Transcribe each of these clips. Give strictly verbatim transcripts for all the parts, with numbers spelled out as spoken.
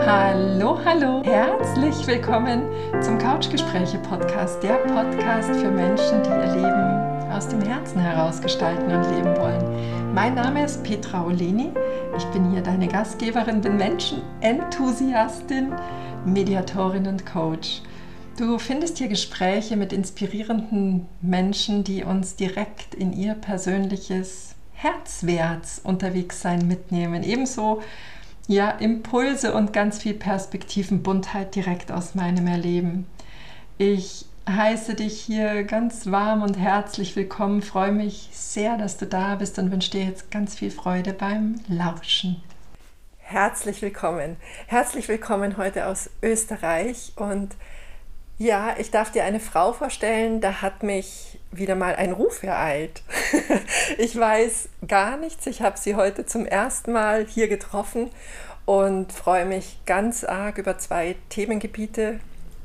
Hallo, hallo, herzlich willkommen zum Couchgespräche-Podcast, der Podcast für Menschen, die ihr Leben aus dem Herzen heraus gestalten und leben wollen. Mein Name ist Petra Oleni, ich bin hier deine Gastgeberin, bin Menschenenthusiastin, Mediatorin und Coach. Du findest hier Gespräche mit inspirierenden Menschen, die uns direkt in ihr persönliches Herzwärts unterwegs sein mitnehmen. Ebenso ja, Impulse und ganz viel Perspektivenbuntheit direkt aus meinem Erleben. Ich heiße dich hier ganz warm und herzlich willkommen, freue mich sehr, dass du da bist und wünsche dir jetzt ganz viel Freude beim Lauschen. Herzlich willkommen, herzlich willkommen heute aus Österreich und ja, ich darf dir eine Frau vorstellen, da hat mich wieder mal ein Ruf ereilt. Ich weiß gar nichts, ich habe sie heute zum ersten Mal hier getroffen und freue mich ganz arg über zwei Themengebiete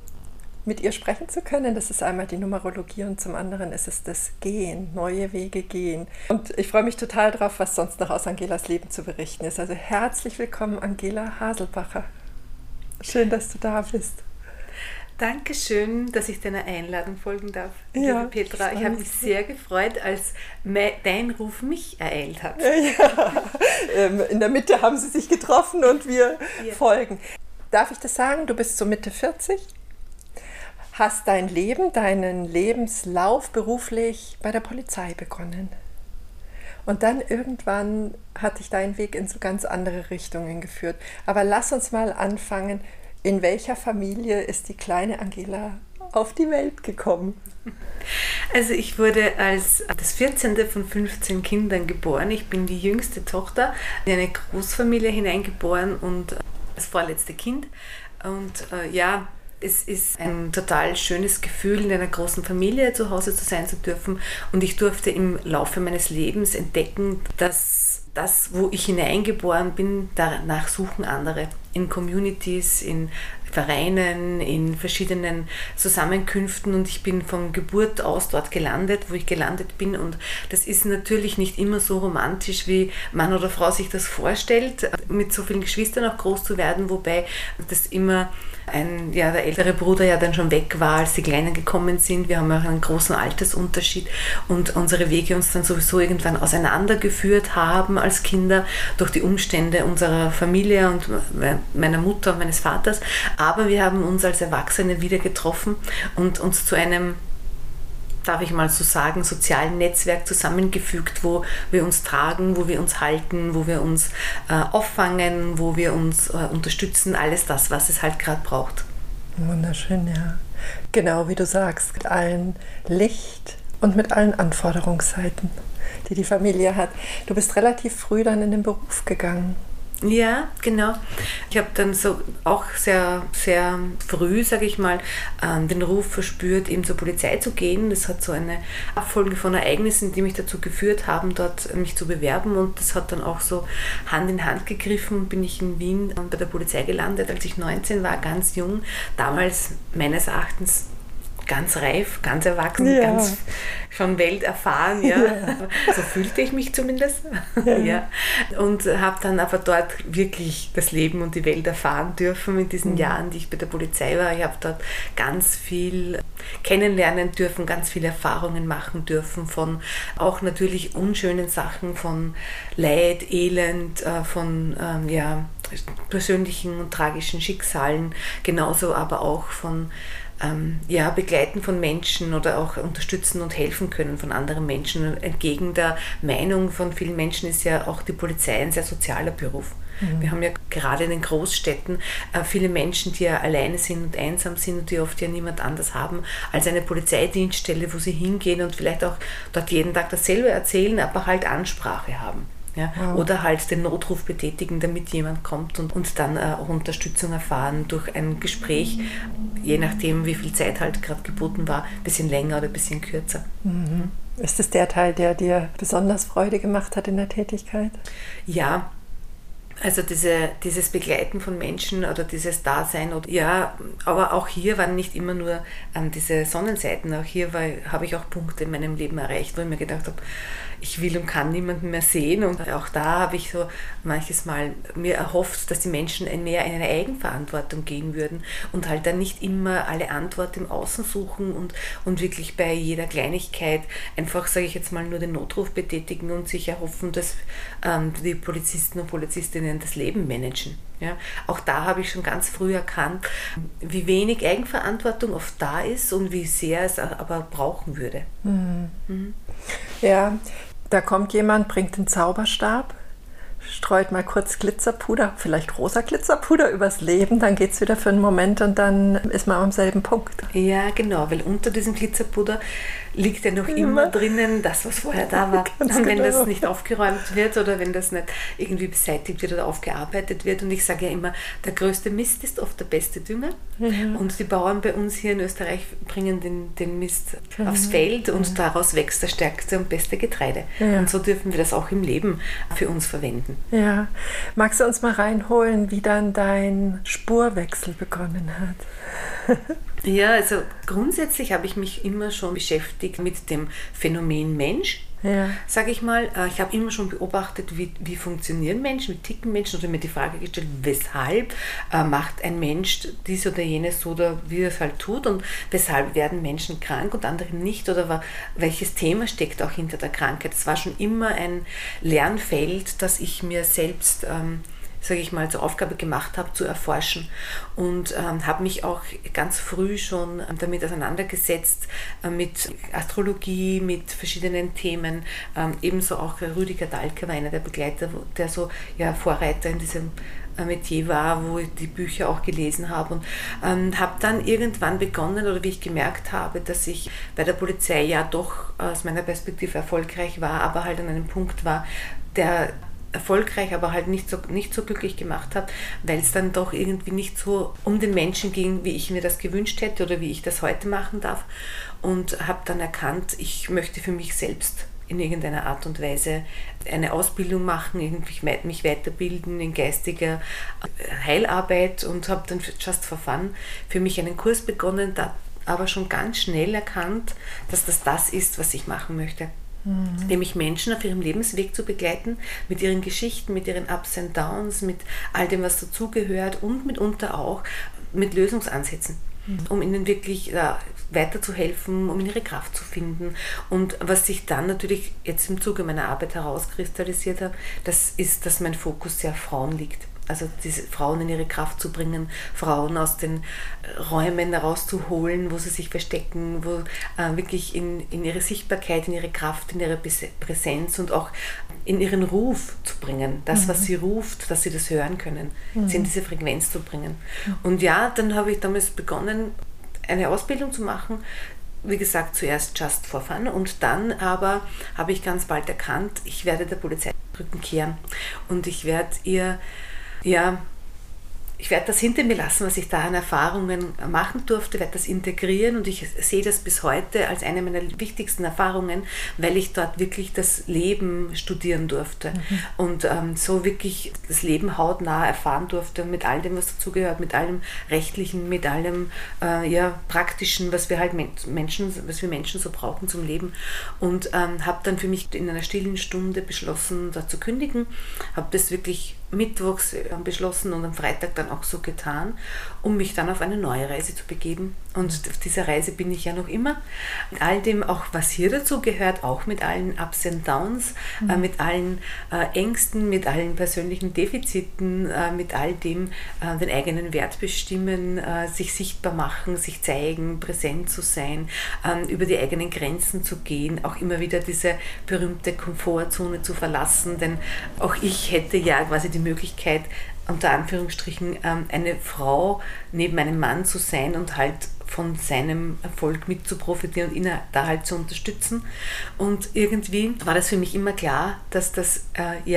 mit ihr sprechen zu können. Das ist einmal die Numerologie und zum anderen ist es das Gehen, neue Wege gehen. Und ich freue mich total drauf, was sonst noch aus Angelas Leben zu berichten ist. Also herzlich willkommen, Angela Haselbacher. Schön, dass du da bist. Dankeschön, dass ich deiner Einladung folgen darf, ja, liebe Petra. Ich habe mich sehr gefreut, als dein Ruf mich ereilt hat. Ja, in der Mitte haben sie sich getroffen und wir ja. folgen. Darf ich das sagen? Du bist so Mitte vierzig, hast dein Leben, deinen Lebenslauf beruflich bei der Polizei begonnen. Und dann irgendwann hat dich dein Weg in so ganz andere Richtungen geführt. Aber lass uns mal anfangen. In welcher Familie ist die kleine Angela auf die Welt gekommen? Also ich wurde als das vierzehnte von fünfzehn Kindern geboren. Ich bin die jüngste Tochter in eine Großfamilie hineingeboren und das vorletzte Kind. Und äh, ja, es ist ein total schönes Gefühl, in einer großen Familie zu Hause zu sein zu dürfen. Und ich durfte im Laufe meines Lebens entdecken, dass das, wo ich hineingeboren bin, danach suchen andere. In Communities, in Vereinen, in verschiedenen Zusammenkünften und ich bin von Geburt aus dort gelandet, wo ich gelandet bin und das ist natürlich nicht immer so romantisch, wie Mann oder Frau sich das vorstellt, mit so vielen Geschwistern auch groß zu werden, wobei das immer ein, ja, der ältere Bruder ja dann schon weg war, als die Kleinen gekommen sind. Wir haben auch einen großen Altersunterschied und unsere Wege uns dann sowieso irgendwann auseinandergeführt haben als Kinder durch die Umstände unserer Familie und meiner Mutter und meines Vaters. Aber wir haben uns als Erwachsene wieder getroffen und uns zu einem, darf ich mal so sagen, sozialen Netzwerk zusammengefügt, wo wir uns tragen, wo wir uns halten, wo wir uns äh, auffangen, wo wir uns äh, unterstützen, alles das, was es halt gerade braucht. Wunderschön, ja. Genau wie du sagst, mit allen Licht und mit allen Anforderungsseiten, die die Familie hat. Du bist relativ früh dann in den Beruf gegangen. Ja, genau. Ich habe dann so auch sehr, sehr früh, sage ich mal, den Ruf verspürt, eben zur Polizei zu gehen. Das hat so eine Abfolge von Ereignissen, die mich dazu geführt haben, dort mich zu bewerben. Und das hat dann auch so Hand in Hand gegriffen. Bin ich in Wien bei der Polizei gelandet, als ich neunzehn war, ganz jung. Damals meines Erachtens ganz reif, ganz erwachsen, ja. Ganz schon welterfahren, ja. Ja. So fühlte ich mich zumindest. Ja. Ja. Und habe dann aber dort wirklich das Leben und die Welt erfahren dürfen in diesen mhm. Jahren, die ich bei der Polizei war. Ich habe dort ganz viel kennenlernen dürfen, ganz viele Erfahrungen machen dürfen von auch natürlich unschönen Sachen, von Leid, Elend, von ähm, ja, persönlichen und tragischen Schicksalen, genauso aber auch von Ähm, ja, Begleiten von Menschen oder auch unterstützen und helfen können von anderen Menschen. Entgegen der Meinung von vielen Menschen ist ja auch die Polizei ein sehr sozialer Beruf. Mhm. Wir haben ja gerade in den Großstädten äh, viele Menschen, die ja alleine sind und einsam sind und die oft ja niemand anders haben als eine Polizeidienststelle, wo sie hingehen und vielleicht auch dort jeden Tag dasselbe erzählen, aber halt Ansprache haben. Ja, wow. Oder halt den Notruf betätigen, damit jemand kommt und, und dann äh, auch Unterstützung erfahren durch ein Gespräch, je nachdem, wie viel Zeit halt gerade geboten war, ein bisschen länger oder ein bisschen kürzer. Mhm. Ist das der Teil, der dir besonders Freude gemacht hat in der Tätigkeit? Ja, Also diese, dieses Begleiten von Menschen oder dieses Dasein. Oder, ja, aber auch hier waren nicht immer nur ähm, diese Sonnenseiten. Auch hier habe ich auch Punkte in meinem Leben erreicht, wo ich mir gedacht habe, ich will und kann niemanden mehr sehen. Und auch da habe ich so manches Mal mir erhofft, dass die Menschen mehr in eine Eigenverantwortung gehen würden und halt dann nicht immer alle Antworten im Außen suchen und, und wirklich bei jeder Kleinigkeit einfach, sage ich jetzt mal, nur den Notruf betätigen und sich erhoffen, dass ähm, die Polizisten und Polizistinnen das Leben managen. Ja, auch da habe ich schon ganz früh erkannt, wie wenig Eigenverantwortung oft da ist und wie sehr es aber brauchen würde. Mhm. Mhm. Ja, da kommt jemand, bringt den Zauberstab, streut mal kurz Glitzerpuder, vielleicht rosa Glitzerpuder übers Leben, dann geht es wieder für einen Moment und dann ist man am selben Punkt. Ja, genau, weil unter diesem Glitzerpuder liegt ja noch immer, immer drinnen das, was vorher da war. Und wenn genau. das nicht aufgeräumt wird oder wenn das nicht irgendwie beseitigt wird oder aufgearbeitet wird. Und ich sage ja immer, der größte Mist ist oft der beste Dünger. Mhm. Und die Bauern bei uns hier in Österreich bringen den, den Mist mhm. aufs Feld und mhm. daraus wächst das stärkste und beste Getreide. Ja. Und so dürfen wir das auch im Leben für uns verwenden. Ja. Magst du uns mal reinholen, wie dann dein Spurwechsel begonnen hat? Ja, also grundsätzlich habe ich mich immer schon beschäftigt mit dem Phänomen Mensch. Ja. Sage ich mal, ich habe immer schon beobachtet, wie, wie funktionieren Menschen, wie ticken Menschen oder mir die Frage gestellt, weshalb äh, macht ein Mensch dies oder jenes so oder wie er es halt tut und weshalb werden Menschen krank und andere nicht oder war, welches Thema steckt auch hinter der Krankheit. Es war schon immer ein Lernfeld, das ich mir selbst ähm, sage ich mal, zur Aufgabe gemacht habe, zu erforschen und ähm, habe mich auch ganz früh schon damit auseinandergesetzt, äh, mit Astrologie, mit verschiedenen Themen, ähm, ebenso auch Rüdiger Dahlke war einer der Begleiter, der so ja, Vorreiter in diesem äh, Metier war, wo ich die Bücher auch gelesen habe und ähm, habe dann irgendwann begonnen oder wie ich gemerkt habe, dass ich bei der Polizei ja doch aus meiner Perspektive erfolgreich war, aber halt an einem Punkt war, der erfolgreich, aber halt nicht so, nicht so glücklich gemacht habe, weil es dann doch irgendwie nicht so um den Menschen ging, wie ich mir das gewünscht hätte oder wie ich das heute machen darf und habe dann erkannt, ich möchte für mich selbst in irgendeiner Art und Weise eine Ausbildung machen, irgendwie mich weiterbilden in geistiger Heilarbeit und habe dann Just for Fun für mich einen Kurs begonnen, da aber schon ganz schnell erkannt, dass das das ist, was ich machen möchte. Mhm. Nämlich Menschen auf ihrem Lebensweg zu begleiten, mit ihren Geschichten, mit ihren Ups and Downs, mit all dem, was dazugehört und mitunter auch mit Lösungsansätzen, mhm. um ihnen wirklich äh, weiterzuhelfen, um in ihre Kraft zu finden. Und was sich dann natürlich jetzt im Zuge meiner Arbeit herauskristallisiert hat, das ist, dass mein Fokus sehr auf Frauen liegt. Also diese Frauen in ihre Kraft zu bringen, Frauen aus den Räumen rauszuholen, wo sie sich verstecken, wo äh, wirklich in, in ihre Sichtbarkeit, in ihre Kraft, in ihre Präsenz und auch in ihren Ruf zu bringen. Das, mhm. was sie ruft, dass sie das hören können, mhm. sie in diese Frequenz zu bringen. Mhm. Und ja, dann habe ich damals begonnen, eine Ausbildung zu machen, wie gesagt, zuerst Just for Fun und dann aber habe ich ganz bald erkannt, ich werde der Polizei den Rücken kehren und ich werde ihr Ja, ich werde das hinter mir lassen, was ich da an Erfahrungen machen durfte, werde das integrieren und ich sehe das bis heute als eine meiner wichtigsten Erfahrungen, weil ich dort wirklich das Leben studieren durfte mhm. und ähm, so wirklich das Leben hautnah erfahren durfte mit all dem, was dazugehört, mit allem Rechtlichen, mit allem äh, ja, Praktischen, was wir halt Menschen, was wir Menschen so brauchen zum Leben und ähm, habe dann für mich in einer stillen Stunde beschlossen, da zu kündigen, habe das wirklich mittwochs beschlossen und am Freitag dann auch so getan, um mich dann auf eine neue Reise zu begeben. Und auf dieser Reise bin ich ja noch immer. Mit all dem, auch was hier dazu gehört, auch mit allen Ups and Downs, mhm. äh, mit allen äh, Ängsten, mit allen persönlichen Defiziten, äh, mit all dem äh, den eigenen Wert bestimmen, äh, sich sichtbar machen, sich zeigen, präsent zu sein, äh, über die eigenen Grenzen zu gehen, auch immer wieder diese berühmte Komfortzone zu verlassen, denn auch ich hätte ja quasi die Möglichkeit, unter Anführungsstrichen, eine Frau neben einem Mann zu sein und halt von seinem Erfolg mit zu profitieren und ihn da halt zu unterstützen. Und irgendwie war das für mich immer klar, dass das äh, ja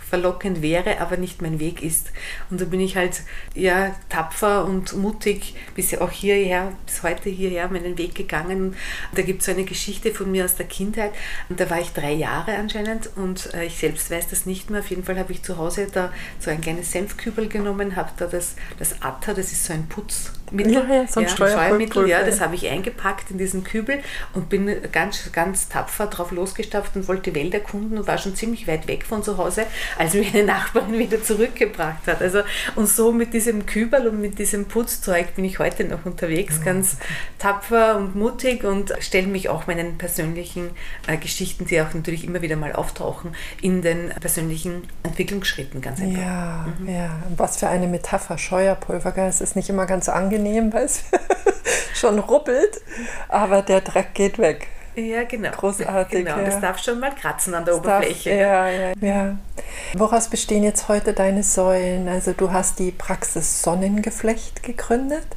verlockend wäre, aber nicht mein Weg ist. Und da bin ich halt ja tapfer und mutig bis auch hierher, bis heute hierher meinen Weg gegangen. Und da gibt es so eine Geschichte von mir aus der Kindheit. Und da war ich drei Jahre anscheinend und äh, ich selbst weiß das nicht mehr. Auf jeden Fall habe ich zu Hause da so ein kleines Senfkübel genommen, habe da das, das Atta, das ist so ein Putzmittel, ja, ja, so ein ja, Steuermittel, ja, das habe ich eingepackt in diesen Kübel und bin ganz, ganz tapfer drauf losgestapft und wollte die Welt erkunden und war schon ziemlich weit weg von zu Hause, als mich eine Nachbarin wieder zurückgebracht hat. Also, und so mit diesem Kübel und mit diesem Putzzeug bin ich heute noch unterwegs, ganz tapfer und mutig und stelle mich auch meinen persönlichen äh, Geschichten, die auch natürlich immer wieder mal auftauchen, in den persönlichen Entwicklungsschritten ganz einfach. Ja, mhm. ja. Was für eine Metapher, Scheuerpulver, gell? Es ist nicht immer ganz angenehm, weil es schon ruppelt, aber der Dreck geht weg. Ja, genau. Großartig. Genau, ja. Das darf schon mal kratzen an der das Oberfläche. Darf, ja, ja, ja. Woraus bestehen jetzt heute deine Säulen? Also du hast die Praxis Sonnengeflecht gegründet.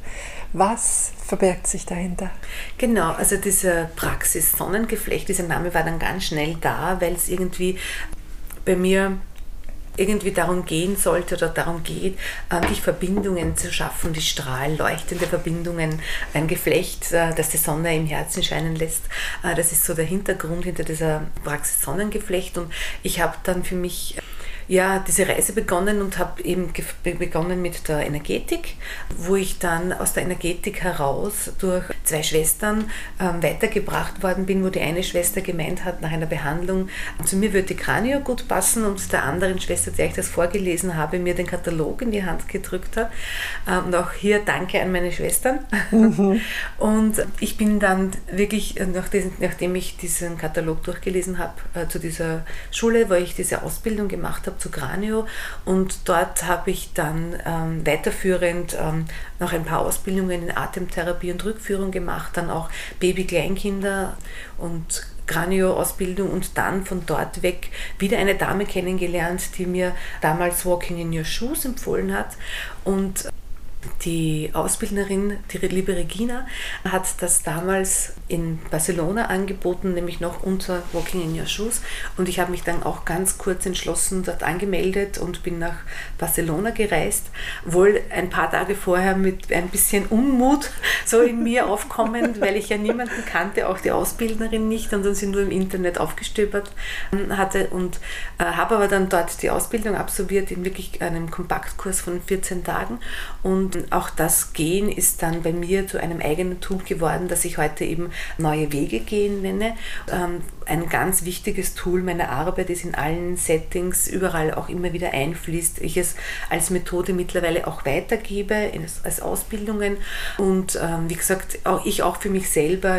Was verbirgt sich dahinter? Genau, also diese Praxis Sonnengeflecht, dieser Name war dann ganz schnell da, weil es irgendwie bei mir irgendwie darum gehen sollte oder darum geht, wirklich Verbindungen zu schaffen, die strahlen, leuchtende Verbindungen, ein Geflecht, das die Sonne im Herzen scheinen lässt. Das ist so der Hintergrund hinter dieser Praxis Sonnengeflecht und ich habe dann für mich ja, diese Reise begonnen und habe eben begonnen mit der Energetik, wo ich dann aus der Energetik heraus durch zwei Schwestern ähm, weitergebracht worden bin, wo die eine Schwester gemeint hat, nach einer Behandlung, zu mir würde die Kranio gut passen und der anderen Schwester, der ich das vorgelesen habe, mir den Katalog in die Hand gedrückt hat. Ähm, und auch hier danke an meine Schwestern. Mhm. Und ich bin dann wirklich, nachdem, nachdem ich diesen Katalog durchgelesen habe, äh, zu dieser Schule, wo ich diese Ausbildung gemacht habe, zu Kranio und dort habe ich dann ähm, weiterführend ähm, noch ein paar Ausbildungen in Atemtherapie und Rückführung gemacht, dann auch Baby-Kleinkinder und Kranio-Ausbildung und dann von dort weg wieder eine Dame kennengelernt, die mir damals Walking in Your Shoes empfohlen hat und die Ausbildnerin, die liebe Regina, hat das damals in Barcelona angeboten, nämlich noch unter Walking in Your Shoes. Und ich habe mich dann auch ganz kurz entschlossen dort angemeldet und bin nach Barcelona gereist. Wohl ein paar Tage vorher mit ein bisschen Unmut so in mir aufkommend, weil ich ja niemanden kannte, auch die Ausbildnerin nicht und dann sind nur im Internet aufgestöbert hatte und äh, habe aber dann dort die Ausbildung absolviert in wirklich einem Kompaktkurs von vierzehn Tagen und auch das Gehen ist dann bei mir zu einem eigenen Tool geworden, das ich heute eben neue Wege gehen nenne. Ähm, ein ganz wichtiges Tool meiner Arbeit ist in allen Settings, überall auch immer wieder einfließt. Ich es als Methode mittlerweile auch weitergebe als Ausbildungen und ähm, wie gesagt, auch ich auch für mich selber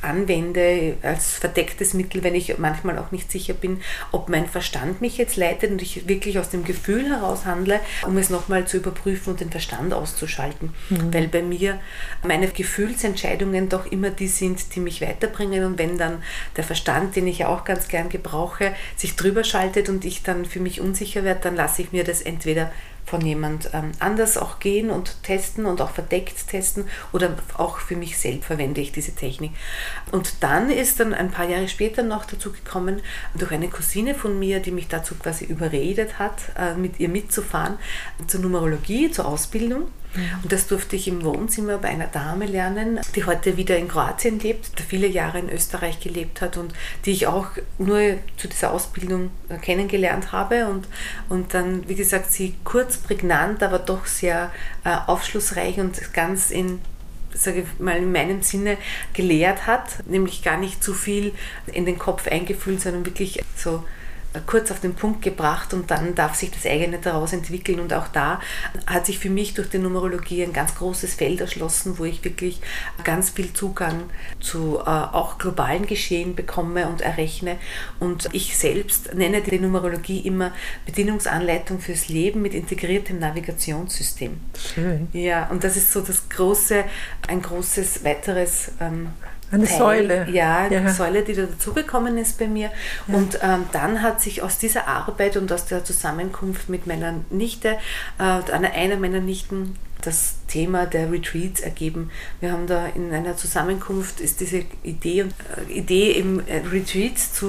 anwende als verdecktes Mittel, wenn ich manchmal auch nicht sicher bin, ob mein Verstand mich jetzt leitet und ich wirklich aus dem Gefühl heraus handle, um es nochmal zu überprüfen und den Verstand auszuschalten. Mhm. Weil bei mir meine Gefühlsentscheidungen doch immer die sind, die mich weiterbringen und wenn dann der Verstand, den ich ja auch ganz gern gebrauche, sich drüber schaltet und ich dann für mich unsicher werde, dann lasse ich mir das entweder von jemand ähm, anders auch gehen und testen und auch verdeckt testen oder auch für mich selbst verwende ich diese Technik. Und dann ist dann ein paar Jahre später noch dazu gekommen, durch eine Cousine von mir, die mich dazu quasi überredet hat, äh, mit ihr mitzufahren zur Numerologie, zur Ausbildung. Und das durfte ich im Wohnzimmer bei einer Dame lernen, die heute wieder in Kroatien lebt, viele Jahre in Österreich gelebt hat und die ich auch nur zu dieser Ausbildung kennengelernt habe und, und dann, wie gesagt, sie kurz prägnant, aber doch sehr äh, aufschlussreich und ganz in sage ich mal, in meinem Sinne gelehrt hat, nämlich gar nicht zu viel in den Kopf eingefühlt, sondern wirklich so kurz auf den Punkt gebracht und dann darf sich das eigene daraus entwickeln und auch da hat sich für mich durch die Numerologie ein ganz großes Feld erschlossen, wo ich wirklich ganz viel Zugang zu äh, auch globalen Geschehen bekomme und errechne und ich selbst nenne die Numerologie immer Bedienungsanleitung fürs Leben mit integriertem Navigationssystem. Schön. Ja, und das ist so das große, ein großes weiteres ähm, Eine Teil, Ja, ja, eine ja. Säule, die da dazugekommen ist bei mir. Ja. Und ähm, dann hat sich aus dieser Arbeit und aus der Zusammenkunft mit meiner Nichte, äh, einer, einer meiner Nichten, das Thema der Retreats ergeben. Wir haben da in einer Zusammenkunft ist diese Idee, äh, Idee im äh, Retreats zu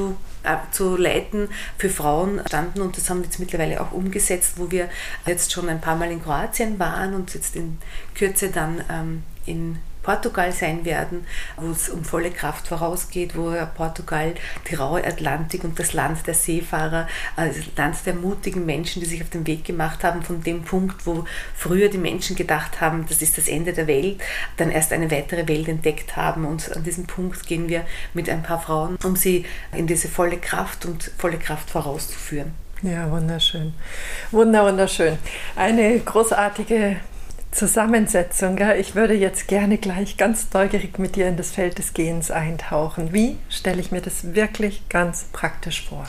abzuleiten für Frauen standen und das haben wir jetzt mittlerweile auch umgesetzt, wo wir jetzt schon ein paar Mal in Kroatien waren und jetzt in Kürze dann ähm, in Portugal sein werden, wo es um volle Kraft vorausgeht, wo Portugal die raue Atlantik und das Land der Seefahrer, also das Land der mutigen Menschen, die sich auf den Weg gemacht haben, von dem Punkt, wo früher die Menschen gedacht haben, das ist das Ende der Welt, dann erst eine weitere Welt entdeckt haben und an diesem Punkt gehen wir mit ein paar Frauen, um sie in diese volle Kraft und volle Kraft vorauszuführen. Ja, wunderschön. Wunder, wunderschön. Eine großartige Zusammensetzung. Ja. Ich würde jetzt gerne gleich ganz neugierig mit dir in das Feld des Gehens eintauchen. Wie stelle ich mir das wirklich ganz praktisch vor?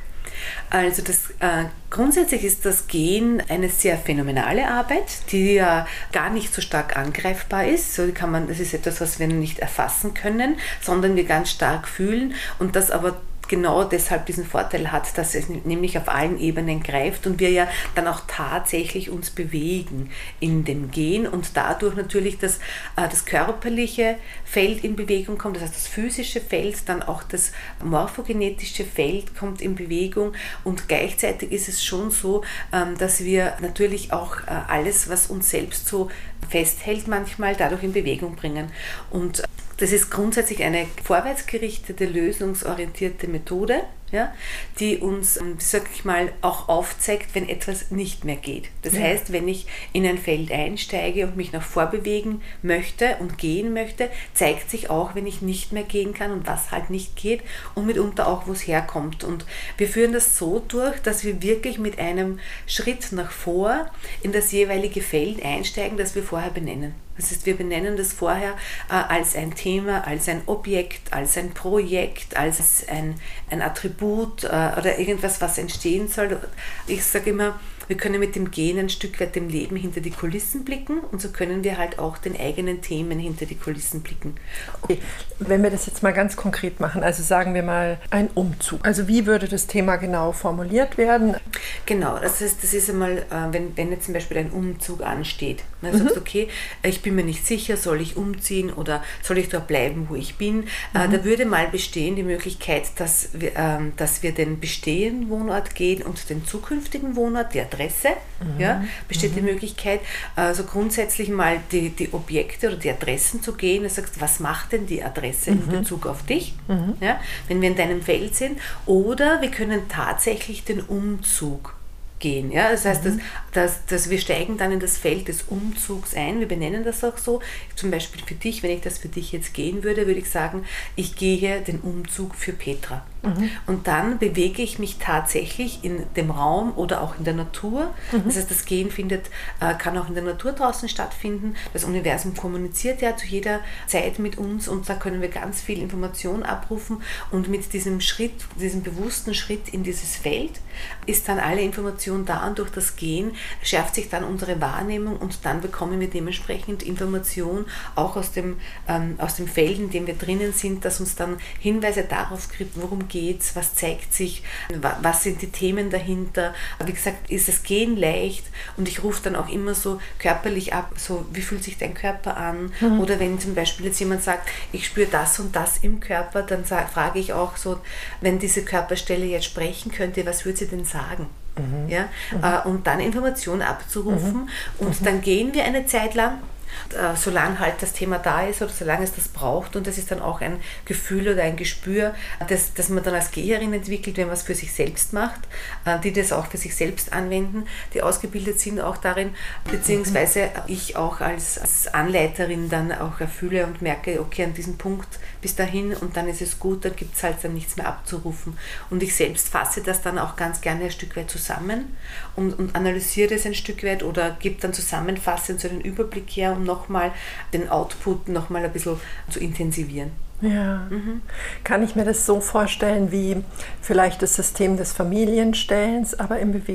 Also das, äh, grundsätzlich ist das Gehen eine sehr phänomenale Arbeit, die ja gar nicht so stark angreifbar ist. So kann man, das ist etwas, was wir nicht erfassen können, sondern wir ganz stark fühlen und das aber genau deshalb diesen Vorteil hat, dass es nämlich auf allen Ebenen greift und wir ja dann auch tatsächlich uns bewegen in dem Gehen und dadurch natürlich das, äh, das körperliche Feld in Bewegung kommt, das heißt das physische Feld, dann auch das morphogenetische Feld kommt in Bewegung und gleichzeitig ist es schon so, ähm, dass wir natürlich auch äh, alles, was uns selbst so festhält, manchmal dadurch in Bewegung bringen und das ist grundsätzlich eine vorwärtsgerichtete, lösungsorientierte Methode, ja, die uns, sag ich mal, auch aufzeigt, wenn etwas nicht mehr geht. Das ja. heißt, wenn ich in ein Feld einsteige und mich nach vorbewegen möchte und gehen möchte, zeigt sich auch, wenn ich nicht mehr gehen kann und was halt nicht geht und mitunter auch, wo es herkommt. Und wir führen das so durch, dass wir wirklich mit einem Schritt nach vor in das jeweilige Feld einsteigen, das wir vorher benennen. Das heißt, wir benennen das vorher äh, als ein Thema, als ein Objekt, als ein Projekt, als ein, ein Attribut äh, oder irgendwas, was entstehen soll. Ich sage immer, wir können mit dem Gehen ein Stück weit dem Leben hinter die Kulissen blicken und so können wir halt auch den eigenen Themen hinter die Kulissen blicken. Okay. Wenn wir das jetzt mal ganz konkret machen, also sagen wir mal ein Umzug. Also wie würde das Thema genau formuliert werden? Genau, das heißt, das ist einmal, wenn, wenn jetzt zum Beispiel ein Umzug ansteht. Dann mhm. sagst du, okay, ich bin mir nicht sicher, soll ich umziehen oder soll ich dort bleiben, wo ich bin? Mhm. Da würde mal bestehen die Möglichkeit, dass wir, dass wir den bestehenden Wohnort gehen und den zukünftigen Wohnort, die Adresse, mhm. ja, besteht mhm. die Möglichkeit, also grundsätzlich mal die, die Objekte oder die Adressen zu gehen. Du sagst, was macht denn die Adresse mhm. in Bezug auf dich, mhm. ja, wenn wir in deinem Feld sind? Oder wir können tatsächlich den Umzug gehen. Ja? Das heißt, mhm. dass, dass, dass wir steigen dann in das Feld des Umzugs ein. Wir benennen das auch so. Zum Beispiel für dich, wenn ich das für dich jetzt gehen würde, würde ich sagen, ich gehe den Umzug für Petra. Mhm. Und dann bewege ich mich tatsächlich in dem Raum oder auch in der Natur. Mhm. Das heißt, das Gehen findet, äh, kann auch in der Natur draußen stattfinden. Das Universum kommuniziert ja zu jeder Zeit mit uns und da können wir ganz viel Information abrufen und mit diesem Schritt, diesem bewussten Schritt in dieses Feld ist dann alle Information da und durch das Gehen schärft sich dann unsere Wahrnehmung und dann bekommen wir dementsprechend Information auch aus dem, ähm, aus dem Feld, in dem wir drinnen sind, das uns dann Hinweise darauf gibt, worum geht's, was zeigt sich, was sind die Themen dahinter. Wie gesagt, ist das Gehen leicht und ich rufe dann auch immer so körperlich ab, so wie fühlt sich dein Körper an? Mhm. Oder wenn zum Beispiel jetzt jemand sagt, ich spüre das und das im Körper, dann sag, frage ich auch so, wenn diese Körperstelle jetzt sprechen könnte, was würde sie denn sagen? Mhm. Ja? Mhm. Äh, und dann Informationen abzurufen mhm. und mhm. dann gehen wir eine Zeit lang, äh, solange halt das Thema da ist oder solange es das braucht und das ist dann auch ein Gefühl oder ein Gespür, das, das man dann als Geherin entwickelt, wenn man es für sich selbst macht, äh, die das auch für sich selbst anwenden, die ausgebildet sind auch darin, beziehungsweise ich auch als, als Anleiterin dann auch erfühle und merke, okay, an diesem Punkt bis dahin und dann ist es gut, dann gibt es halt dann nichts mehr abzurufen. Und ich selbst fasse das dann auch ganz gerne ein Stück weit zusammen und, und analysiere es ein Stück weit oder gebe dann zusammenfassend so einen Überblick her, um nochmal den Output nochmal ein bisschen zu intensivieren. Ja, mhm. Kann ich mir das so vorstellen wie vielleicht das System des Familienstellens, aber in Bewegung?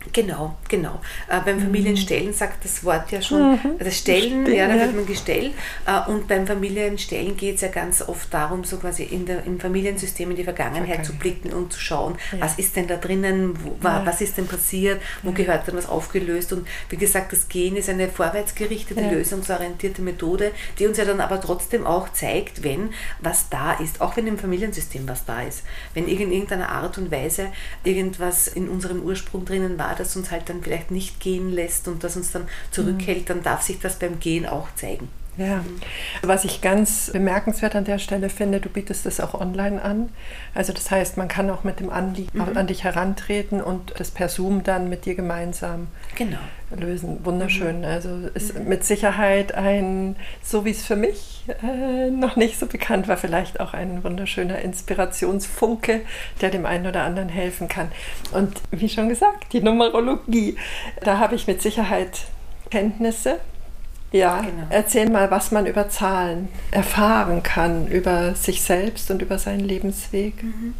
Genau, genau. Äh, beim Familienstellen sagt das Wort ja schon, Mhm. das Stellen, Stellen, ja, da ja. wird man gestellt. Äh, und beim Familienstellen geht es ja ganz oft darum, so quasi in der, im Familiensystem in die Vergangenheit zu blicken und zu schauen, Ja. was ist denn da drinnen, wo, wa- Ja. was ist denn passiert, wo Ja. gehört dann was aufgelöst. Und wie gesagt, das Gehen ist eine vorwärtsgerichtete, Ja. lösungsorientierte Methode, die uns ja dann aber trotzdem auch zeigt, wenn was da ist, auch wenn im Familiensystem was da ist. Wenn in irgendeiner Art und Weise irgendwas in unserem Ursprung drinnen war, das uns halt dann vielleicht nicht gehen lässt und das uns dann zurückhält, dann darf sich das beim Gehen auch zeigen. Ja, was ich ganz bemerkenswert an der Stelle finde, du bietest das auch online an. Also das heißt, man kann auch mit dem Anliegen Mhm. an dich herantreten und das per Zoom dann mit dir gemeinsam Genau. lösen. Wunderschön. Also ist mit Sicherheit ein, so wie es für mich äh, noch nicht so bekannt war, vielleicht auch ein wunderschöner Inspirationsfunke, der dem einen oder anderen helfen kann. Und wie schon gesagt, die Numerologie, da habe ich mit Sicherheit Kenntnisse. Ja, Genau. erzähl mal, was man über Zahlen erfahren kann, über sich selbst und über seinen Lebensweg.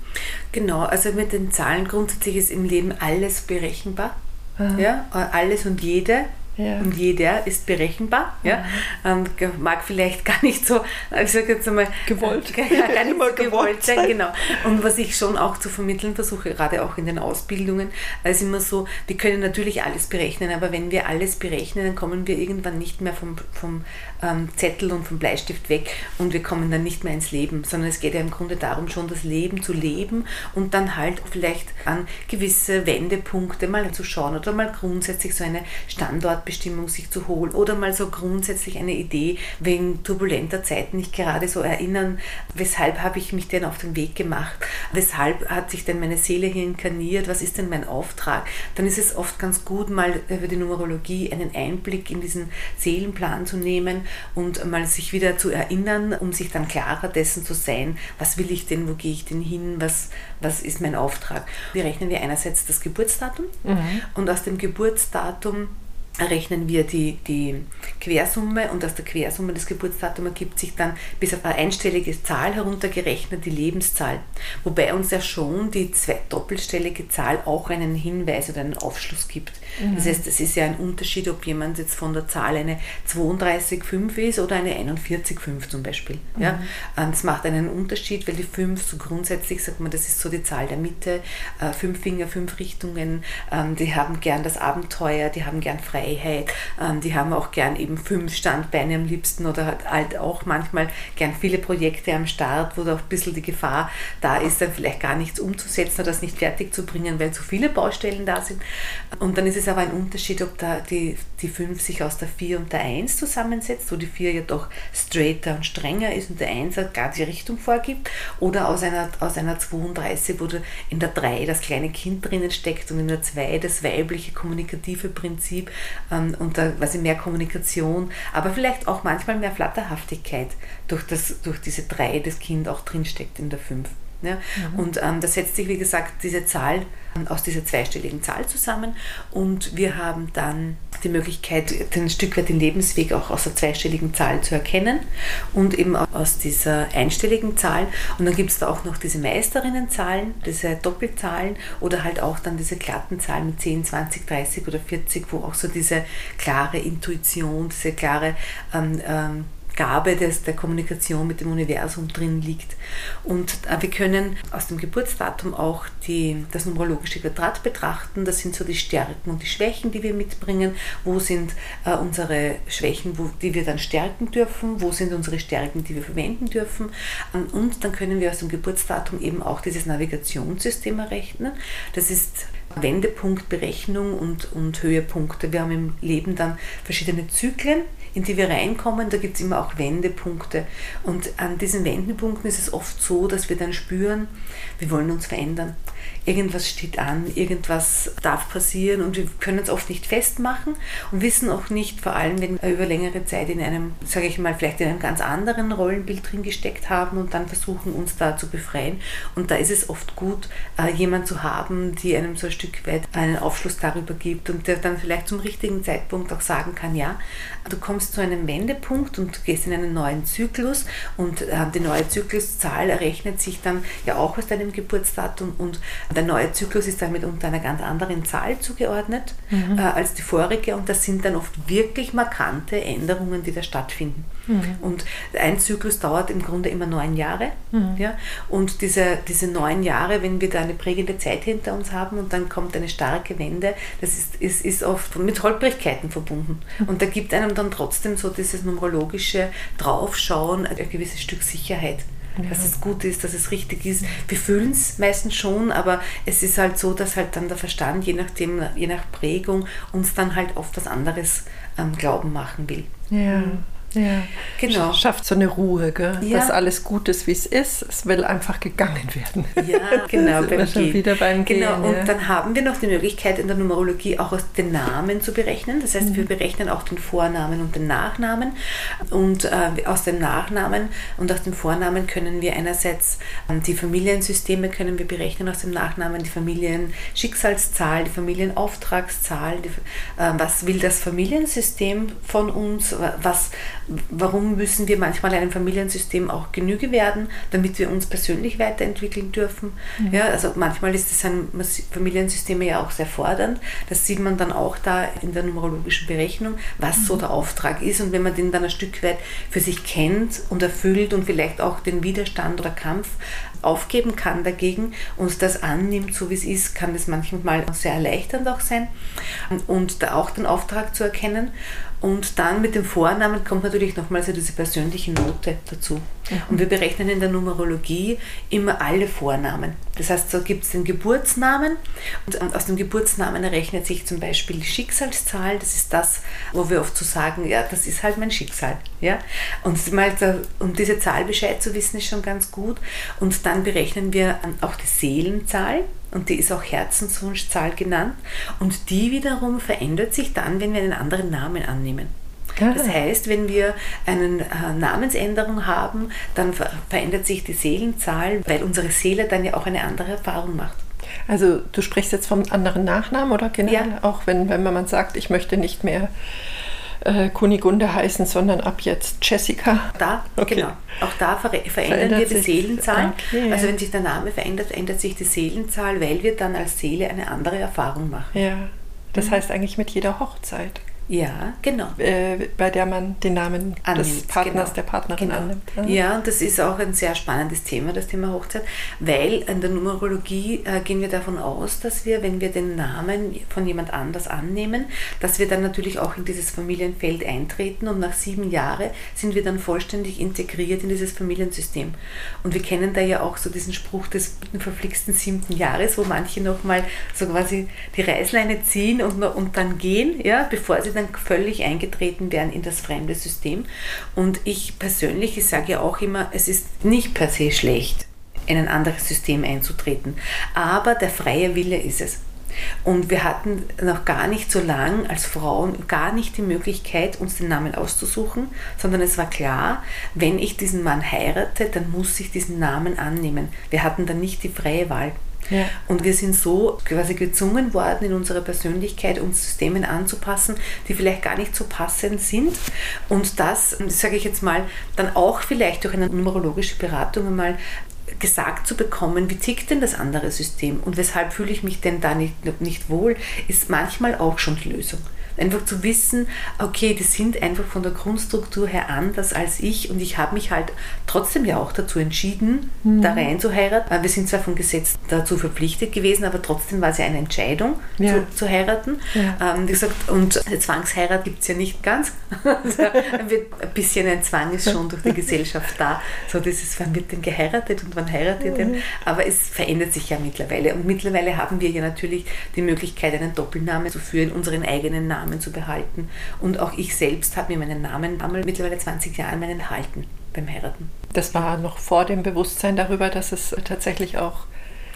Genau, also mit den Zahlen grundsätzlich ist im Leben alles berechenbar. Aha. Ja, alles und jede. Ja. Und jeder ist berechenbar. Ja. Ähm, mag vielleicht gar nicht so, ich sage jetzt einmal, Gewollt. Gar, gar nicht Immer so gewollt gewollt sein. sein. Genau. Und was ich schon auch zu vermitteln versuche, gerade auch in den Ausbildungen, ist immer so, wir können natürlich alles berechnen, aber wenn wir alles berechnen, dann kommen wir irgendwann nicht mehr vom, vom ähm, Zettel und vom Bleistift weg und wir kommen dann nicht mehr ins Leben, sondern es geht ja im Grunde darum, schon das Leben zu leben und dann halt vielleicht an gewisse Wendepunkte mal zu schauen oder mal grundsätzlich so eine Standortbestimmung sich zu holen oder mal so grundsätzlich eine Idee wegen turbulenter Zeiten nicht gerade so erinnern, weshalb habe ich mich denn auf den Weg gemacht, weshalb hat sich denn meine Seele hier inkarniert, was ist denn mein Auftrag, dann ist es oft ganz gut, mal über die Numerologie einen Einblick in diesen Seelenplan zu nehmen und mal sich wieder zu erinnern, um sich dann klarer dessen zu sein, was will ich denn, wo gehe ich denn hin, was, was ist mein Auftrag. Wir rechnen wir einerseits das Geburtsdatum und aus dem Geburtsdatum errechnen wir die, die Quersumme und aus der Quersumme des Geburtsdatums ergibt sich dann bis auf eine einstellige Zahl heruntergerechnet die Lebenszahl. Wobei uns ja schon die zwei doppelstellige Zahl auch einen Hinweis oder einen Aufschluss gibt. Mhm. Das heißt, es ist ja ein Unterschied, ob jemand jetzt von der Zahl eine zweiunddreißig Komma fünf ist oder eine einundvierzig Komma fünf zum Beispiel. Mhm. Ja, das macht einen Unterschied, weil die fünf so grundsätzlich, sagt man, das ist so die Zahl der Mitte, äh, fünf Finger, fünf Richtungen, ähm, die haben gern das Abenteuer, die haben gern Freiheit. Freiheit, ähm, die haben auch gern eben fünf Standbeine am liebsten oder halt, halt auch manchmal gern viele Projekte am Start, wo da auch ein bisschen die Gefahr da ist, dann vielleicht gar nichts umzusetzen oder das nicht fertig zu bringen, weil zu viele Baustellen da sind. Und dann ist es aber ein Unterschied, ob da die, die fünf sich aus der vier und der eins zusammensetzt, wo die vier ja doch straighter und strenger ist und der eins gar die Richtung vorgibt, oder aus einer, aus einer zweiunddreißig, wo in der drei das kleine Kind drinnen steckt und in der zwei das weibliche kommunikative Prinzip und da quasi mehr Kommunikation, aber vielleicht auch manchmal mehr Flatterhaftigkeit durch, das, durch diese drei das Kind auch drinsteckt in der fünf. Ja? Mhm. Und ähm, da setzt sich, wie gesagt, diese Zahl ähm, aus dieser zweistelligen Zahl zusammen und wir haben dann die Möglichkeit, ein Stück weit den Lebensweg auch aus der zweistelligen Zahl zu erkennen und eben auch aus dieser einstelligen Zahl. Und dann gibt es da auch noch diese Meisterinnenzahlen, diese Doppelzahlen oder halt auch dann diese glatten Zahlen mit zehn, zwanzig, dreißig oder vierzig, wo auch so diese klare Intuition, diese klare ähm, ähm, Gabe des, der Kommunikation mit dem Universum drin liegt. Und äh, wir können aus dem Geburtsdatum auch die, das numerologische Quadrat betrachten. Das sind so die Stärken und die Schwächen, die wir mitbringen. Wo sind äh, unsere Schwächen, wo, die wir dann stärken dürfen? Wo sind unsere Stärken, die wir verwenden dürfen? Ähm, und dann können wir aus dem Geburtsdatum eben auch dieses Navigationssystem errechnen. Das ist Wendepunktberechnung und, und Höhepunkte. Wir haben im Leben dann verschiedene Zyklen, in die wir reinkommen. Da gibt es immer auch Wendepunkte. Und an diesen Wendepunkten ist es oft so, dass wir dann spüren, wir wollen uns verändern. Irgendwas steht an, irgendwas darf passieren und wir können es oft nicht festmachen und wissen auch nicht, vor allem wenn wir über längere Zeit in einem, sage ich mal, vielleicht in einem ganz anderen Rollenbild drin gesteckt haben und dann versuchen, uns da zu befreien. Und da ist es oft gut, jemanden zu haben, die einem so ein Stück weit einen Aufschluss darüber gibt und der dann vielleicht zum richtigen Zeitpunkt auch sagen kann, ja, du kommst zu einem Wendepunkt und gehst in einen neuen Zyklus und äh, die neue Zykluszahl errechnet sich dann ja auch aus deinem Geburtsdatum und der neue Zyklus ist damit unter einer ganz anderen Zahl zugeordnet mhm. äh, als die vorige und das sind dann oft wirklich markante Änderungen, die da stattfinden. Mhm. Und ein Zyklus dauert im Grunde immer neun Jahre mhm. ja, und diese, diese neun Jahre, wenn wir da eine prägende Zeit hinter uns haben und dann kommt eine starke Wende, das ist, ist, ist oft mit Holprigkeiten verbunden mhm. und da gibt einem dann trotzdem so dieses numerologische Draufschauen ein gewisses Stück Sicherheit. Ja. Dass es gut ist, dass es richtig ist. Wir fühlen es meistens schon, aber es ist halt so, dass halt dann der Verstand, je nachdem, je nach Prägung, uns dann halt oft was anderes ähm, glauben machen will. Ja. Mhm. Ja, genau. Schafft so eine Ruhe, gell? Ja. Dass alles gut ist, wie es ist. Es will einfach gegangen werden. Ja, genau. Beim wir schon wieder beim Gehen. Genau. Und ja. dann haben wir noch die Möglichkeit in der Numerologie auch aus den Namen zu berechnen. Das heißt, mhm. wir berechnen auch den Vornamen und den Nachnamen. Und äh, aus dem Nachnamen und aus dem Vornamen können wir einerseits äh, die Familiensysteme können wir berechnen, aus dem Nachnamen die Familienschicksalszahl, die Familienauftragszahl. Die, äh, was will das Familiensystem von uns? Was Warum müssen wir manchmal einem Familiensystem auch Genüge werden, damit wir uns persönlich weiterentwickeln dürfen? Mhm. Ja, also manchmal ist das ein Familiensystem ja auch sehr fordernd. Das sieht man dann auch da in der numerologischen Berechnung, was mhm. so der Auftrag ist. Und wenn man den dann ein Stück weit für sich kennt und erfüllt und vielleicht auch den Widerstand oder Kampf aufgeben kann dagegen und das annimmt, so wie es ist, kann das manchmal sehr erleichternd auch sein und da auch den Auftrag zu erkennen. Und dann mit dem Vornamen kommt natürlich nochmal so diese persönliche Note dazu. Mhm. Und wir berechnen in der Numerologie immer alle Vornamen. Das heißt, so gibt es den Geburtsnamen und aus dem Geburtsnamen errechnet sich zum Beispiel die Schicksalszahl. Das ist das, wo wir oft so sagen, ja, das ist halt mein Schicksal. Ja? Und mal da, um diese Zahl Bescheid zu wissen, ist schon ganz gut. Und dann berechnen wir auch die Seelenzahl. Und die ist auch Herzenswunschzahl genannt. Und die wiederum verändert sich dann, wenn wir einen anderen Namen annehmen. Ja. Das heißt, wenn wir eine äh, Namensänderung haben, dann ver- verändert sich die Seelenzahl, weil unsere Seele dann ja auch eine andere Erfahrung macht. Also du sprichst jetzt vom anderen Nachnamen oder generell? Ja. Auch wenn, wenn man sagt, ich möchte nicht mehr äh, Kunigunde heißen, sondern ab jetzt Jessica. Da, okay. Genau. Auch da ver- verändern verändert wir die Seelenzahl. Okay. Also wenn sich der Name verändert, verändert sich die Seelenzahl, weil wir dann als Seele eine andere Erfahrung machen. Ja, das mhm. heißt eigentlich mit jeder Hochzeit. Ja, genau. Äh, bei der man den Namen annimmt, des Partners, genau. der Partnerin genau. annimmt. Ja. ja, und das ist auch ein sehr spannendes Thema, das Thema Hochzeit, weil in der Numerologie äh, gehen wir davon aus, dass wir, wenn wir den Namen von jemand anders annehmen, dass wir dann natürlich auch in dieses Familienfeld eintreten und nach sieben Jahren sind wir dann vollständig integriert in dieses Familiensystem. Und wir kennen da ja auch so diesen Spruch des verflixten siebten Jahres, wo manche nochmal so quasi die Reißleine ziehen und, und dann gehen, ja, bevor sie dann völlig eingetreten werden in das fremde System. Und ich persönlich, ich sage ja auch immer, es ist nicht per se schlecht, in ein anderes System einzutreten, aber der freie Wille ist es. Und wir hatten noch gar nicht so lang als Frauen gar nicht die Möglichkeit, uns den Namen auszusuchen, sondern es war klar, wenn ich diesen Mann heirate, dann muss ich diesen Namen annehmen. Wir hatten dann nicht die freie Wahl. Ja. Und wir sind so quasi gezwungen worden, in unserer Persönlichkeit uns Systemen anzupassen, die vielleicht gar nicht so passend sind. Und das, sage ich jetzt mal, dann auch vielleicht durch eine numerologische Beratung einmal gesagt zu bekommen, wie tickt denn das andere System und weshalb fühle ich mich denn da nicht, nicht wohl, ist manchmal auch schon die Lösung. Einfach zu wissen, okay, die sind einfach von der Grundstruktur her anders als ich und ich habe mich halt trotzdem ja auch dazu entschieden, mhm. da rein zu heiraten. Wir sind zwar vom Gesetz dazu verpflichtet gewesen, aber trotzdem war es ja eine Entscheidung, ja. zu, zu heiraten. Ja. Ähm, wie gesagt, und Zwangsheirat gibt es ja nicht ganz. Also ein bisschen ein Zwang ist schon durch die Gesellschaft da. So dieses, wann wird denn geheiratet und wann heiratet ihr denn? Aber es verändert sich ja mittlerweile. Und mittlerweile haben wir ja natürlich die Möglichkeit, einen Doppelnamen zu führen, unseren eigenen Namen zu behalten. Und auch ich selbst habe mir meinen Namen einmal mittlerweile zwanzig Jahre meinen erhalten beim Heiraten. Das war noch vor dem Bewusstsein darüber, dass es tatsächlich auch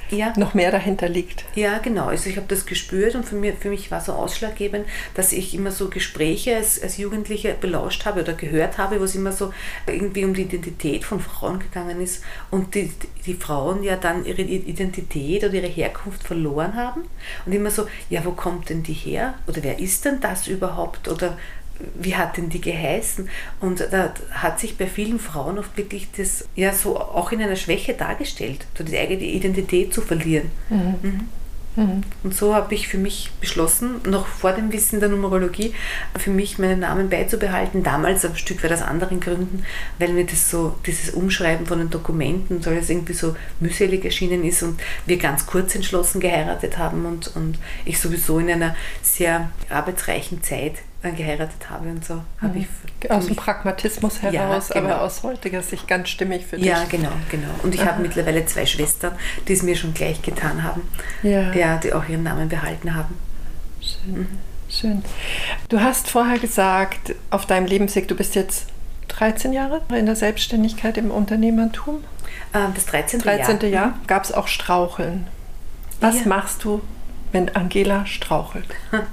ja. noch mehr dahinter liegt. Ja, genau. Also ich habe das gespürt und für mich, für mich war so ausschlaggebend, dass ich immer so Gespräche als, als Jugendliche belauscht habe oder gehört habe, wo es immer so irgendwie um die Identität von Frauen gegangen ist und die, die Frauen ja dann ihre Identität oder ihre Herkunft verloren haben und immer so, ja, wo kommt denn die her? Oder wer ist denn das überhaupt? Oder wie hat denn die geheißen? Und da hat sich bei vielen Frauen oft wirklich das ja so auch in einer Schwäche dargestellt, so die eigene Identität zu verlieren. Mhm. Mhm. Mhm. Und so habe ich für mich beschlossen, noch vor dem Wissen der Numerologie, für mich meinen Namen beizubehalten. Damals ein Stück weit aus anderen Gründen, weil mir das so, dieses Umschreiben von den Dokumenten, so alles irgendwie so mühselig erschienen ist und wir ganz kurz entschlossen geheiratet haben und, und ich sowieso in einer sehr arbeitsreichen Zeit geheiratet habe und so habe ich aus dem Pragmatismus heraus, ja, genau. aber aus heutiger Sicht ganz stimmig für dich. Ja, genau, genau. Und ich Aha. habe mittlerweile zwei Schwestern, die es mir schon gleich getan haben, ja, ja die auch ihren Namen behalten haben. Schön, mhm. schön. Du hast vorher gesagt, auf deinem Lebensweg, du bist jetzt dreizehn Jahre in der Selbstständigkeit im Unternehmertum. Das dreizehnte. dreizehnte Jahr. Jahr. Gab es auch Straucheln. Was ja. machst du, wenn Angela strauchelt?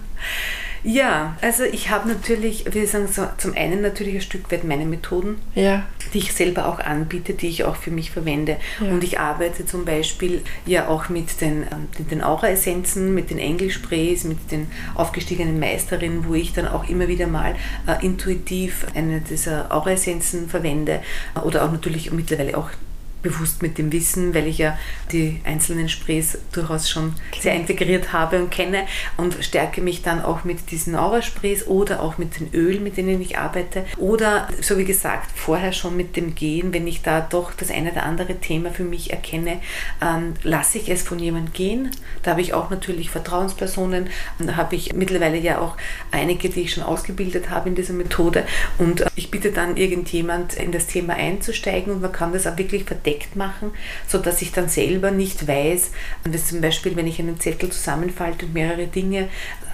Ja, also ich habe natürlich, wie sagen, so, zum einen natürlich ein Stück weit meine Methoden, ja. die ich selber auch anbiete, die ich auch für mich verwende. Ja. Und ich arbeite zum Beispiel ja auch mit den, mit den Aura-Essenzen, mit den Engelsprays, mit den aufgestiegenen Meisterinnen, wo ich dann auch immer wieder mal äh, intuitiv eine dieser Aura-Essenzen verwende oder auch natürlich mittlerweile auch bewusst mit dem Wissen, weil ich ja die einzelnen Sprays durchaus schon okay. sehr integriert habe und kenne und stärke mich dann auch mit diesen Aura-Sprays oder auch mit den Ölen, mit denen ich arbeite oder, so wie gesagt, vorher schon mit dem Gehen, wenn ich da doch das eine oder andere Thema für mich erkenne, ähm, lasse ich es von jemandem gehen. Da habe ich auch natürlich Vertrauenspersonen, da habe ich mittlerweile ja auch einige, die ich schon ausgebildet habe in dieser Methode und ich bitte dann irgendjemand in das Thema einzusteigen und man kann das auch wirklich verdeckt machen, sodass ich dann selber nicht weiß, dass zum Beispiel, wenn ich einen Zettel zusammenfalte und mehrere Dinge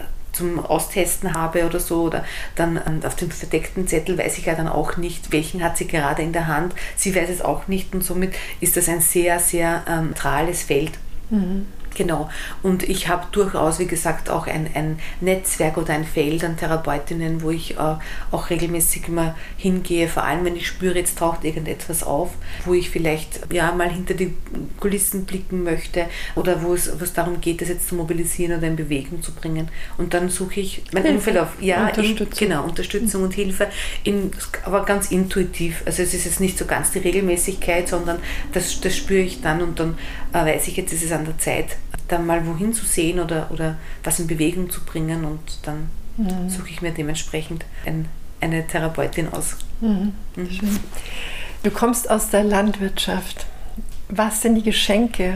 zum Austesten habe oder so, oder dann auf dem verdeckten Zettel weiß ich ja dann auch nicht, welchen hat sie gerade in der Hand. Sie weiß es auch nicht und somit ist das ein sehr, sehr ähm, neutrales Feld. Mhm. Genau. Und ich habe durchaus, wie gesagt, auch ein, ein Netzwerk oder ein Feld an Therapeutinnen, wo ich äh, auch regelmäßig immer hingehe, vor allem wenn ich spüre, jetzt taucht irgendetwas auf, wo ich vielleicht ja mal hinter die Kulissen blicken möchte oder wo es, wo es darum geht, das jetzt zu mobilisieren oder in Bewegung zu bringen. Und dann suche ich mein Umfeld auf. Ja, Unterstützung. In, genau, Unterstützung und Hilfe, in, aber ganz intuitiv. Also es ist jetzt nicht so ganz die Regelmäßigkeit, sondern das, das spüre ich dann und dann äh, weiß ich, jetzt ist es an der Zeit, dann mal wohin zu sehen oder, oder was in Bewegung zu bringen und dann mhm. suche ich mir dementsprechend ein, eine Therapeutin aus. Mhm. Mhm. Schön. Du kommst aus der Landwirtschaft. Was sind die Geschenke,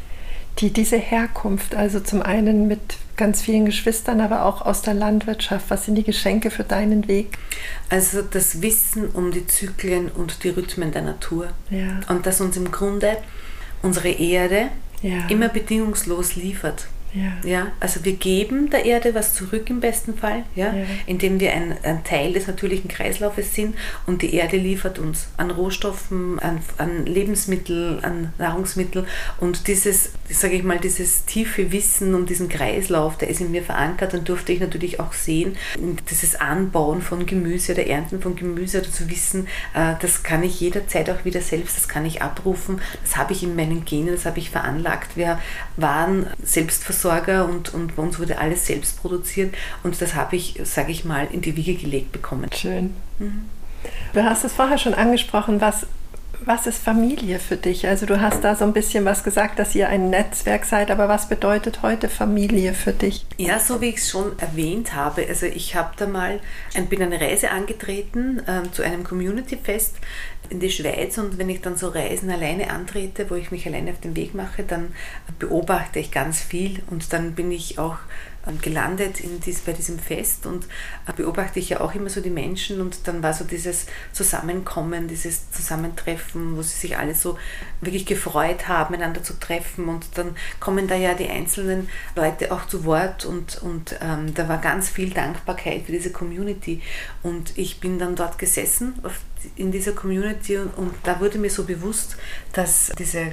die diese Herkunft, also zum einen mit ganz vielen Geschwistern, aber auch aus der Landwirtschaft, was sind die Geschenke für deinen Weg? Also das Wissen um die Zyklen und die Rhythmen der Natur. Ja. Und dass uns im Grunde unsere Erde ja. immer bedingungslos liefert. Ja. Ja, also wir geben der Erde was zurück im besten Fall, ja, ja. indem wir ein, ein Teil des natürlichen Kreislaufes sind und die Erde liefert uns an Rohstoffen, an, an Lebensmittel, an Nahrungsmittel und dieses, sage ich mal, dieses tiefe Wissen um diesen Kreislauf, der ist in mir verankert und durfte ich natürlich auch sehen, dieses Anbauen von Gemüse oder Ernten von Gemüse oder zu wissen, äh, das kann ich jederzeit auch wieder selbst, das kann ich abrufen, das habe ich in meinen Genen, das habe ich veranlagt. Wir waren selbstversorgt Und, und bei uns wurde alles selbst produziert und das habe ich, sage ich mal, in die Wiege gelegt bekommen. Schön. Mhm. Du hast es vorher schon angesprochen, was, was ist Familie für dich? Also du hast da so ein bisschen was gesagt, dass ihr ein Netzwerk seid, aber was bedeutet heute Familie für dich? Ja, so wie ich es schon erwähnt habe, also ich habe da mal, bin eine Reise angetreten äh, zu einem Community-Fest in die Schweiz und wenn ich dann so Reisen alleine antrete, wo ich mich alleine auf den Weg mache, dann beobachte ich ganz viel und dann bin ich auch gelandet in dies, bei diesem Fest und beobachte ich ja auch immer so die Menschen und dann war so dieses Zusammenkommen, dieses Zusammentreffen, wo sie sich alle so wirklich gefreut haben, einander zu treffen und dann kommen da ja die einzelnen Leute auch zu Wort und, und ähm, da war ganz viel Dankbarkeit für diese Community und ich bin dann dort gesessen auf, in dieser Community und, und da wurde mir so bewusst, dass diese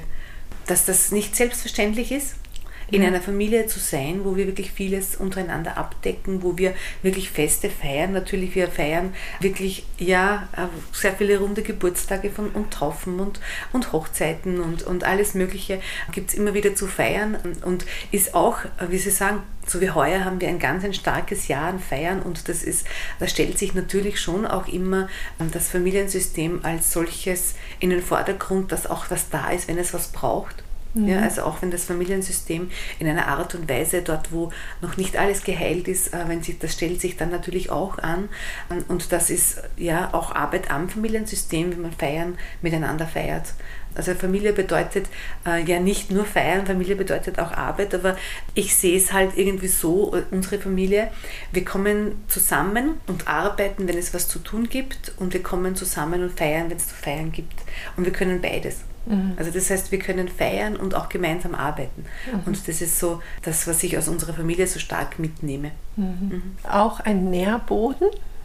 dass das nicht selbstverständlich ist, in einer Familie zu sein, wo wir wirklich vieles untereinander abdecken, wo wir wirklich Feste feiern. Natürlich, wir feiern wirklich ja sehr viele runde Geburtstage von, und Taufen und, und Hochzeiten und, und alles Mögliche gibt es immer wieder zu feiern und ist auch, wie Sie sagen, so wie heuer haben wir ein ganz ein starkes Jahr an Feiern und das ist, da stellt sich natürlich schon auch immer das Familiensystem als solches in den Vordergrund, dass auch was da ist, wenn es was braucht. Ja, also auch wenn das Familiensystem in einer Art und Weise dort, wo noch nicht alles geheilt ist, wenn sich, das stellt sich dann natürlich auch an und das ist ja auch Arbeit am Familiensystem, wie man Feiern miteinander feiert. Also Familie bedeutet äh, ja nicht nur Feiern, Familie bedeutet auch Arbeit, aber ich sehe es halt irgendwie so, unsere Familie, wir kommen zusammen und arbeiten, wenn es was zu tun gibt und wir kommen zusammen und feiern, wenn es zu feiern gibt und wir können beides. Mhm. Also das heißt, wir können feiern und auch gemeinsam arbeiten. Mhm. Und das ist so das, was ich aus unserer Familie so stark mitnehme. Mhm. Mhm. Auch ein Nährboden,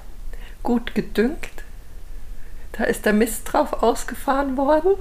gut gedüngt. Da ist der Mist drauf ausgefahren worden.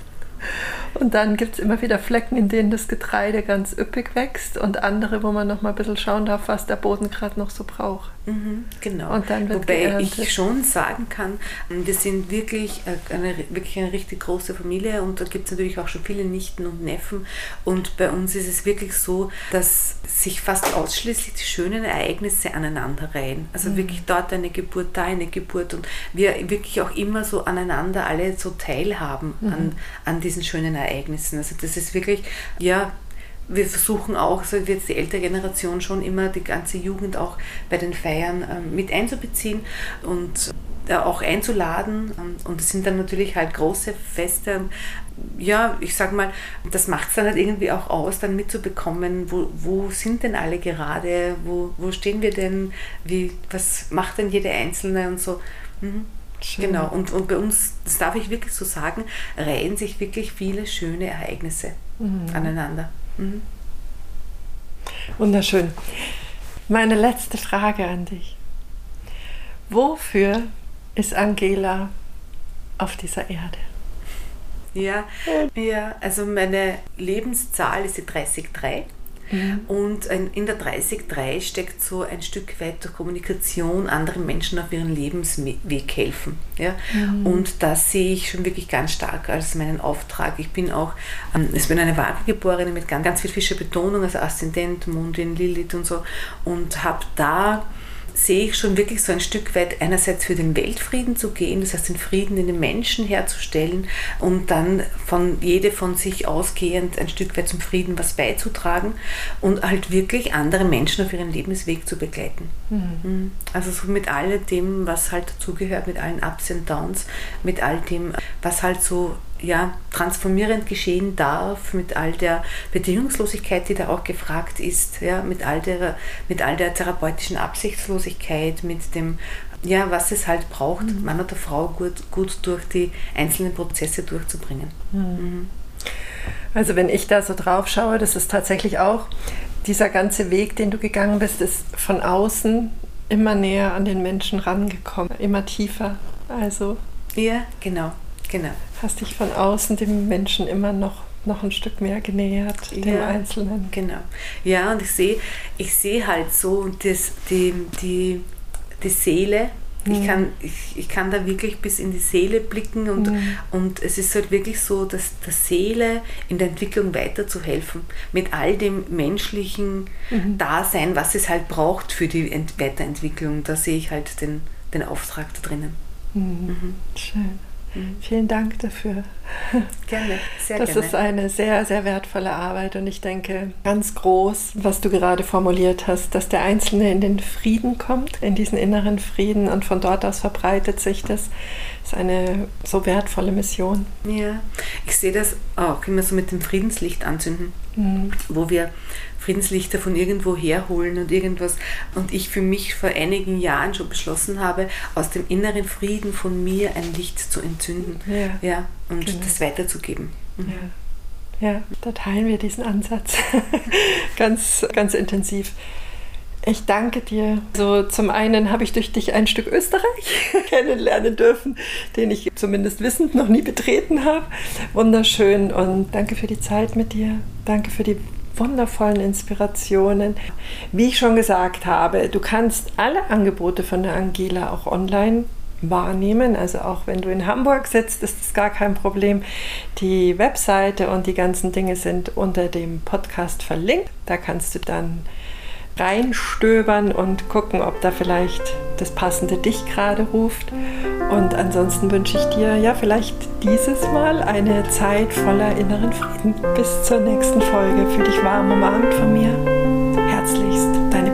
Und dann gibt es immer wieder Flecken, in denen das Getreide ganz üppig wächst und andere, wo man noch mal ein bisschen schauen darf, was der Boden gerade noch so braucht. Mhm, genau. Und dann wird Wobei geerntet. Ich schon sagen kann, wir sind wirklich eine, wirklich eine richtig große Familie und da gibt es natürlich auch schon viele Nichten und Neffen und bei uns ist es wirklich so, dass sich fast ausschließlich die schönen Ereignisse aneinanderreihen. Also mhm. wirklich dort eine Geburt, da eine Geburt und wir wirklich auch immer so aneinander alle so teilhaben mhm. an, an diesen schönen Ereignissen. Also das ist wirklich, ja, wir versuchen auch, so wird jetzt die ältere Generation schon immer die ganze Jugend auch bei den Feiern ähm, mit einzubeziehen und äh, auch einzuladen. Und es sind dann natürlich halt große Feste. Ja, ich sag mal, das macht es dann halt irgendwie auch aus, dann mitzubekommen, wo, wo sind denn alle gerade, wo, wo stehen wir denn, wie, was macht denn jede Einzelne und so. Mhm. Genau, und, und bei uns, das darf ich wirklich so sagen, reihen sich wirklich viele schöne Ereignisse mhm. aneinander. Mhm. Wunderschön. Meine letzte Frage an dich. Wofür ist Angela auf dieser Erde? Ja, ja, also meine Lebenszahl ist die dreißig Komma drei. Mhm. Und in der dreißig Komma drei steckt so ein Stück weit der Kommunikation, anderen Menschen auf ihren Lebensweg helfen. Ja? Mhm. Und das sehe ich schon wirklich ganz stark als meinen Auftrag. Ich bin auch, ähm, ich bin eine Wagengeborene mit ganz, ganz viel Fische-Betonung, also Aszendent, Mondin, Lilith und so und habe da sehe ich schon wirklich so ein Stück weit einerseits für den Weltfrieden zu gehen, das heißt den Frieden in den Menschen herzustellen und dann von jede von sich ausgehend ein Stück weit zum Frieden was beizutragen und halt wirklich andere Menschen auf ihren Lebensweg zu begleiten. Mhm. Also so mit all dem, was halt dazugehört, mit allen Ups und Downs, mit all dem, was halt so ja, transformierend geschehen darf, mit all der Bedingungslosigkeit, die da auch gefragt ist, ja, mit all der, mit all der therapeutischen Absichtslosigkeit, mit dem, ja, was es halt braucht, mhm. Mann oder Frau gut, gut durch die einzelnen Prozesse durchzubringen. Mhm. Mhm. Also wenn ich da so drauf schaue, das ist tatsächlich auch dieser ganze Weg, den du gegangen bist, ist von außen immer näher an den Menschen rangekommen, immer tiefer. Also ja, genau. Genau. Hast dich von außen dem Menschen immer noch, noch ein Stück mehr genähert, dem ja, Einzelnen. Genau. Ja, und ich sehe ich sehe halt so das, die, die, die Seele, mhm. ich, kann, ich, ich kann da wirklich bis in die Seele blicken und, mhm. und es ist halt wirklich so, dass der Seele in der Entwicklung weiterzuhelfen, mit all dem menschlichen mhm. Dasein, was es halt braucht für die Ent- Weiterentwicklung. Da sehe ich halt den, den Auftrag da drinnen. Mhm. Mhm. Schön. Vielen Dank dafür. Gerne, sehr das gerne. Das ist eine sehr, sehr wertvolle Arbeit und ich denke ganz groß, was du gerade formuliert hast, dass der Einzelne in den Frieden kommt, in diesen inneren Frieden und von dort aus verbreitet sich das. Das ist eine so wertvolle Mission. Ja, ich sehe das auch immer so mit dem Friedenslicht anzünden, mhm. wo wir Friedenslichter von irgendwo herholen und irgendwas. Und ich für mich vor einigen Jahren schon beschlossen habe, aus dem inneren Frieden von mir ein Licht zu entzünden. Ja, ja, und genau. das weiterzugeben. Mhm. Ja. Ja, da teilen wir diesen Ansatz ganz, ganz intensiv. Ich danke dir. Also zum einen habe ich durch dich ein Stück Österreich kennenlernen dürfen, den ich zumindest wissend noch nie betreten habe. Wunderschön und danke für die Zeit mit dir. Danke für die wundervollen Inspirationen. Wie ich schon gesagt habe, du kannst alle Angebote von der Angela auch online wahrnehmen. Also auch wenn du in Hamburg sitzt, ist das gar kein Problem. Die Webseite und die ganzen Dinge sind unter dem Podcast verlinkt. Da kannst du dann reinstöbern und gucken, ob da vielleicht das Passende dich gerade ruft. Und ansonsten wünsche ich dir ja vielleicht dieses Mal eine Zeit voller inneren Frieden. Bis zur nächsten Folge. Fühl dich warm umarmt von mir. Herzlichst, deine